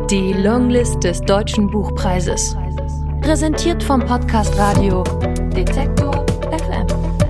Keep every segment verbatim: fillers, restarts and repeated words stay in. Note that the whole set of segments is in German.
Die Longlist des Deutschen Buchpreises. Präsentiert vom Podcast Radio Detektor F M.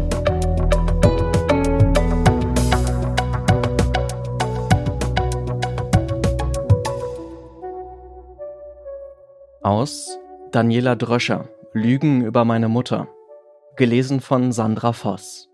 Aus Daniela Dröscher, Lügen über meine Mutter. Gelesen von Sandra Voss.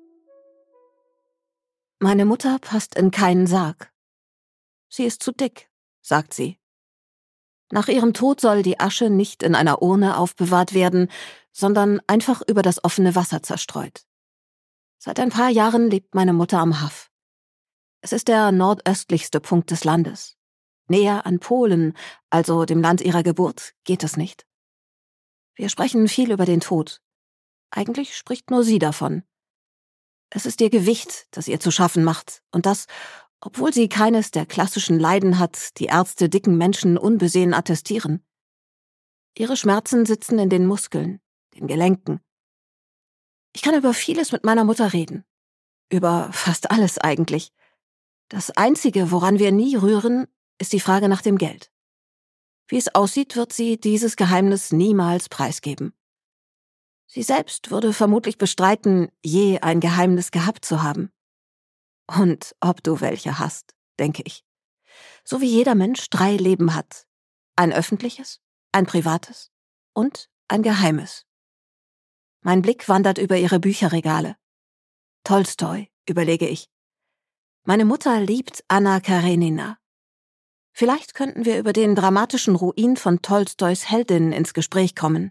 Meine Mutter passt in keinen Sarg. Sie ist zu dick, sagt sie. Nach ihrem Tod soll die Asche nicht in einer Urne aufbewahrt werden, sondern einfach über das offene Wasser zerstreut. Seit ein paar Jahren lebt meine Mutter am Haff. Es ist der nordöstlichste Punkt des Landes. Näher an Polen, also dem Land ihrer Geburt, geht es nicht. Wir sprechen viel über den Tod. Eigentlich spricht nur sie davon. Es ist ihr Gewicht, das ihr zu schaffen macht, und das, obwohl sie keines der klassischen Leiden hat, die Ärzte dicken Menschen unbesehen attestieren. Ihre Schmerzen sitzen in den Muskeln, den Gelenken. Ich kann über vieles mit meiner Mutter reden. Über fast alles eigentlich. Das Einzige, woran wir nie rühren, ist die Frage nach dem Geld. Wie es aussieht, wird sie dieses Geheimnis niemals preisgeben. Sie selbst würde vermutlich bestreiten, je ein Geheimnis gehabt zu haben. Und ob du welche hast, denke ich. So wie jeder Mensch drei Leben hat. Ein öffentliches, ein privates und ein geheimes. Mein Blick wandert über ihre Bücherregale. Tolstoi, überlege ich. Meine Mutter liebt Anna Karenina. Vielleicht könnten wir über den dramatischen Ruin von Tolstois Heldin ins Gespräch kommen.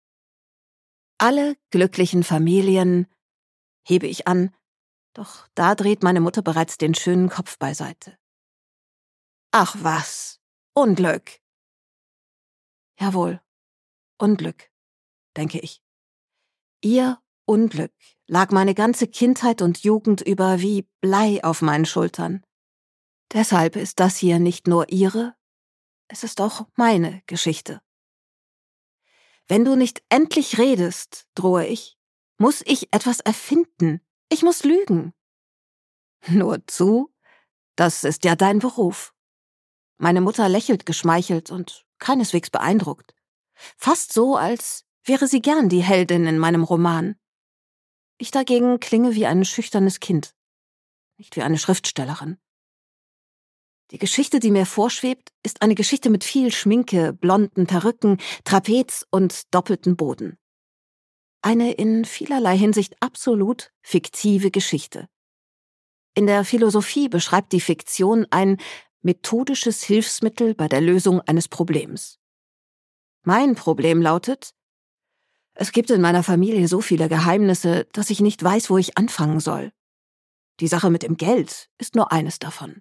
Alle glücklichen Familien, hebe ich an, doch da dreht meine Mutter bereits den schönen Kopf beiseite. Ach was, Unglück. Jawohl, Unglück, denke ich. Ihr Unglück lag meine ganze Kindheit und Jugend über wie Blei auf meinen Schultern. Deshalb ist das hier nicht nur ihre, es ist auch meine Geschichte. Wenn du nicht endlich redest, drohe ich, muss ich etwas erfinden. Ich muss lügen. Nur zu, das ist ja dein Beruf. Meine Mutter lächelt geschmeichelt und keineswegs beeindruckt. Fast so, als wäre sie gern die Heldin in meinem Roman. Ich dagegen klinge wie ein schüchternes Kind, nicht wie eine Schriftstellerin. Die Geschichte, die mir vorschwebt, ist eine Geschichte mit viel Schminke, blonden Perücken, Trapez und doppeltem Boden. Eine in vielerlei Hinsicht absolut fiktive Geschichte. In der Philosophie beschreibt die Fiktion ein methodisches Hilfsmittel bei der Lösung eines Problems. Mein Problem lautet: Es gibt in meiner Familie so viele Geheimnisse, dass ich nicht weiß, wo ich anfangen soll. Die Sache mit dem Geld ist nur eines davon.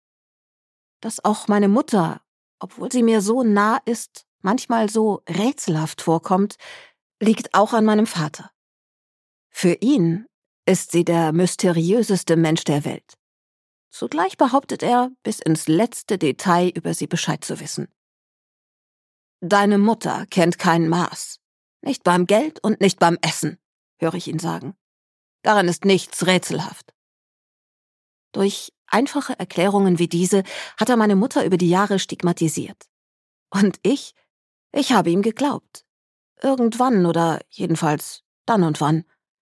Dass auch meine Mutter, obwohl sie mir so nah ist, manchmal so rätselhaft vorkommt, liegt auch an meinem Vater. Für ihn ist sie der mysteriöseste Mensch der Welt. Zugleich behauptet er, bis ins letzte Detail über sie Bescheid zu wissen. Deine Mutter kennt kein Maß. Nicht beim Geld und nicht beim Essen, höre ich ihn sagen. Daran ist nichts rätselhaft. Durch einfache Erklärungen wie diese hat er meine Mutter über die Jahre stigmatisiert. Und ich, ich habe ihm geglaubt. Irgendwann oder jedenfalls dann und wann.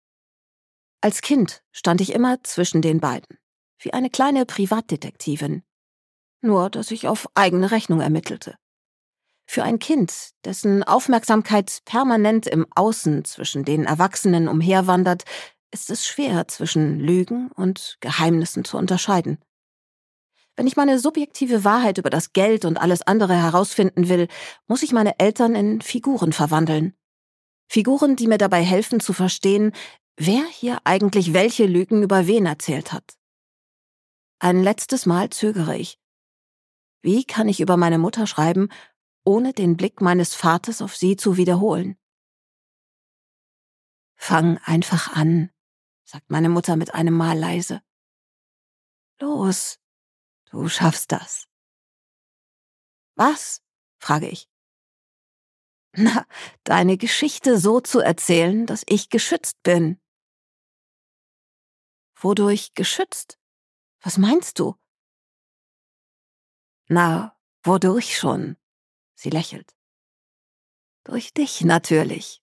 Als Kind stand ich immer zwischen den beiden, wie eine kleine Privatdetektivin. Nur, dass ich auf eigene Rechnung ermittelte. Für ein Kind, dessen Aufmerksamkeit permanent im Außen zwischen den Erwachsenen umherwandert, ist es schwer, zwischen Lügen und Geheimnissen zu unterscheiden. Wenn ich meine subjektive Wahrheit über das Geld und alles andere herausfinden will, muss ich meine Eltern in Figuren verwandeln. Figuren, die mir dabei helfen zu verstehen, wer hier eigentlich welche Lügen über wen erzählt hat. Ein letztes Mal zögere ich. Wie kann ich über meine Mutter schreiben, ohne den Blick meines Vaters auf sie zu wiederholen? Fang einfach an, sagt meine Mutter mit einem Mal leise. Los, du schaffst das. Was? Frage ich. Na, deine Geschichte so zu erzählen, dass ich geschützt bin. Wodurch geschützt? Was meinst du? Na, Wodurch schon? Sie lächelt. Durch dich natürlich.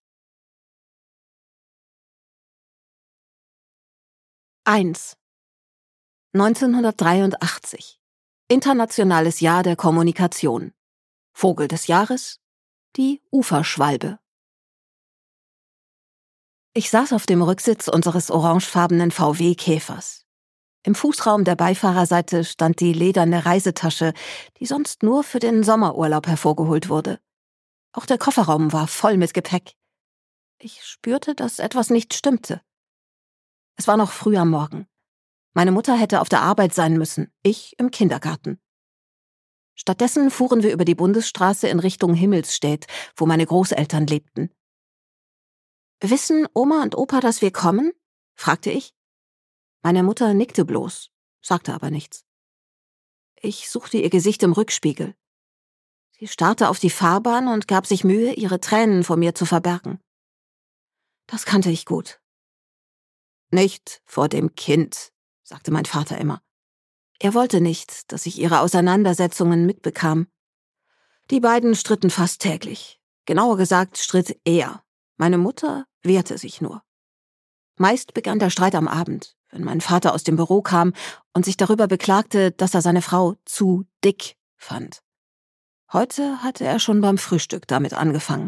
eins. neunzehnhundertdreiundachtzig. Internationales Jahr der Kommunikation. Vogel des Jahres? Die Uferschwalbe. Ich saß auf dem Rücksitz unseres orangefarbenen V W-Käfers. Im Fußraum der Beifahrerseite stand die lederne Reisetasche, die sonst nur für den Sommerurlaub hervorgeholt wurde. Auch der Kofferraum war voll mit Gepäck. Ich spürte, dass etwas nicht stimmte. Es war noch früh am Morgen. Meine Mutter hätte auf der Arbeit sein müssen, ich im Kindergarten. Stattdessen fuhren wir über die Bundesstraße in Richtung Himmelsstädt, wo meine Großeltern lebten. »Wissen Oma und Opa, dass wir kommen?« fragte ich. Meine Mutter nickte bloß, sagte aber nichts. Ich suchte ihr Gesicht im Rückspiegel. Sie starrte auf die Fahrbahn und gab sich Mühe, ihre Tränen vor mir zu verbergen. Das kannte ich gut. »Nicht vor dem Kind«, sagte mein Vater immer. Er wollte nicht, dass ich ihre Auseinandersetzungen mitbekam. Die beiden stritten fast täglich. Genauer gesagt stritt er. Meine Mutter wehrte sich nur. Meist begann der Streit am Abend, wenn mein Vater aus dem Büro kam und sich darüber beklagte, dass er seine Frau zu dick fand. Heute hatte er schon beim Frühstück damit angefangen.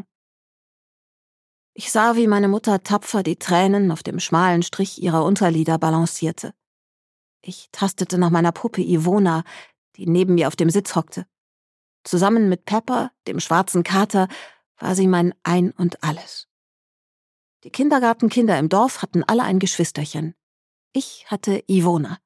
Ich sah, wie meine Mutter tapfer die Tränen auf dem schmalen Strich ihrer Unterlider balancierte. Ich tastete nach meiner Puppe Ivona, die neben mir auf dem Sitz hockte. Zusammen mit Pepper, dem schwarzen Kater, war sie mein Ein und Alles. Die Kindergartenkinder im Dorf hatten alle ein Geschwisterchen. Ich hatte Ivona.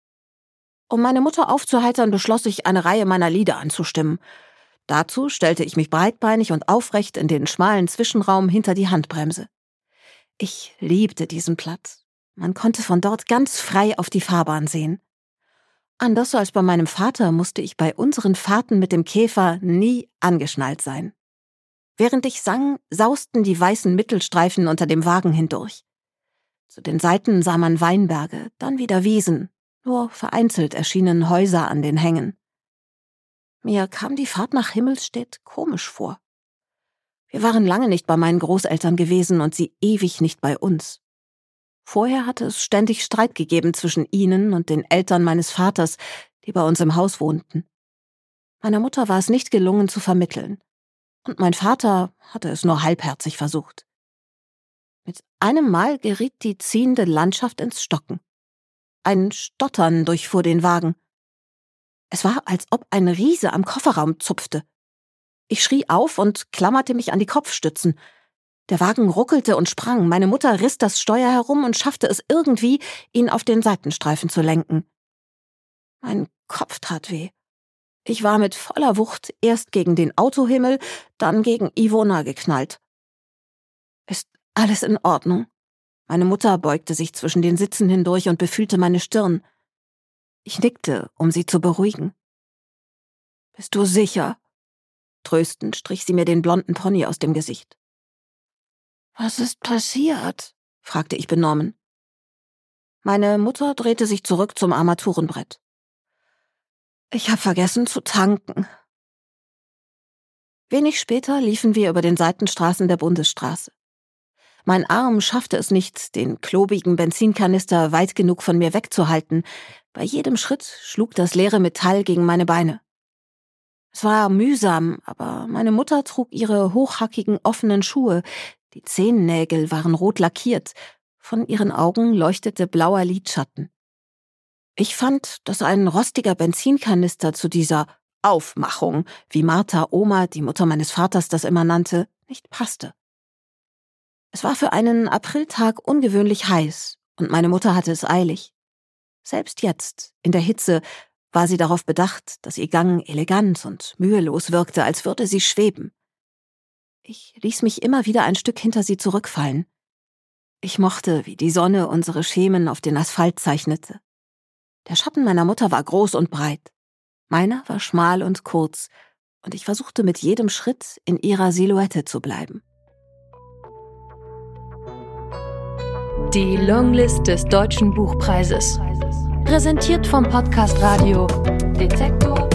Um meine Mutter aufzuheitern, beschloss ich, eine Reihe meiner Lieder anzustimmen. Dazu stellte ich mich breitbeinig und aufrecht in den schmalen Zwischenraum hinter die Handbremse. Ich liebte diesen Platz. Man konnte von dort ganz frei auf die Fahrbahn sehen. Anders als bei meinem Vater musste ich bei unseren Fahrten mit dem Käfer nie angeschnallt sein. Während ich sang, sausten die weißen Mittelstreifen unter dem Wagen hindurch. Zu den Seiten sah man Weinberge, dann wieder Wiesen, nur vereinzelt erschienen Häuser an den Hängen. Mir kam die Fahrt nach Himmelsstädt komisch vor. Wir waren lange nicht bei meinen Großeltern gewesen und sie ewig nicht bei uns. Vorher hatte es ständig Streit gegeben zwischen ihnen und den Eltern meines Vaters, die bei uns im Haus wohnten. Meiner Mutter war es nicht gelungen zu vermitteln. Und mein Vater hatte es nur halbherzig versucht. Mit einem Mal geriet die ziehende Landschaft ins Stocken. Ein Stottern durchfuhr den Wagen. Es war, als ob ein Riese am Kofferraum zupfte. Ich schrie auf und klammerte mich an die Kopfstützen. Der Wagen ruckelte und sprang. Meine Mutter riss das Steuer herum und schaffte es irgendwie, ihn auf den Seitenstreifen zu lenken. Mein Kopf tat weh. Ich war mit voller Wucht erst gegen den Autohimmel, dann gegen Ivona geknallt. »Ist alles in Ordnung?« Meine Mutter beugte sich zwischen den Sitzen hindurch und befühlte meine Stirn. Ich nickte, um sie zu beruhigen. »Bist du sicher?« Tröstend strich sie mir den blonden Pony aus dem Gesicht. »Was ist passiert?« fragte ich benommen. Meine Mutter drehte sich zurück zum Armaturenbrett. »Ich habe vergessen zu tanken.« Wenig später liefen wir über den Seitenstraßen der Bundesstraße. Mein Arm schaffte es nicht, den klobigen Benzinkanister weit genug von mir wegzuhalten. Bei jedem Schritt schlug das leere Metall gegen meine Beine. Es war mühsam, aber meine Mutter trug ihre hochhackigen offenen Schuhe. Die Zehennägel waren rot lackiert. Von ihren Augen leuchtete blauer Lidschatten. Ich fand, dass ein rostiger Benzinkanister zu dieser Aufmachung, wie Martha Oma, die Mutter meines Vaters, das immer nannte, nicht passte. Es war für einen Apriltag ungewöhnlich heiß und meine Mutter hatte es eilig. Selbst jetzt, in der Hitze, war sie darauf bedacht, dass ihr Gang elegant und mühelos wirkte, als würde sie schweben. Ich ließ mich immer wieder ein Stück hinter sie zurückfallen. Ich mochte, wie die Sonne unsere Schemen auf den Asphalt zeichnete. Der Schatten meiner Mutter war groß und breit. Meiner war schmal und kurz, und ich versuchte mit jedem Schritt in ihrer Silhouette zu bleiben. Die Longlist des Deutschen Buchpreises. Präsentiert vom Podcast Radio Detektor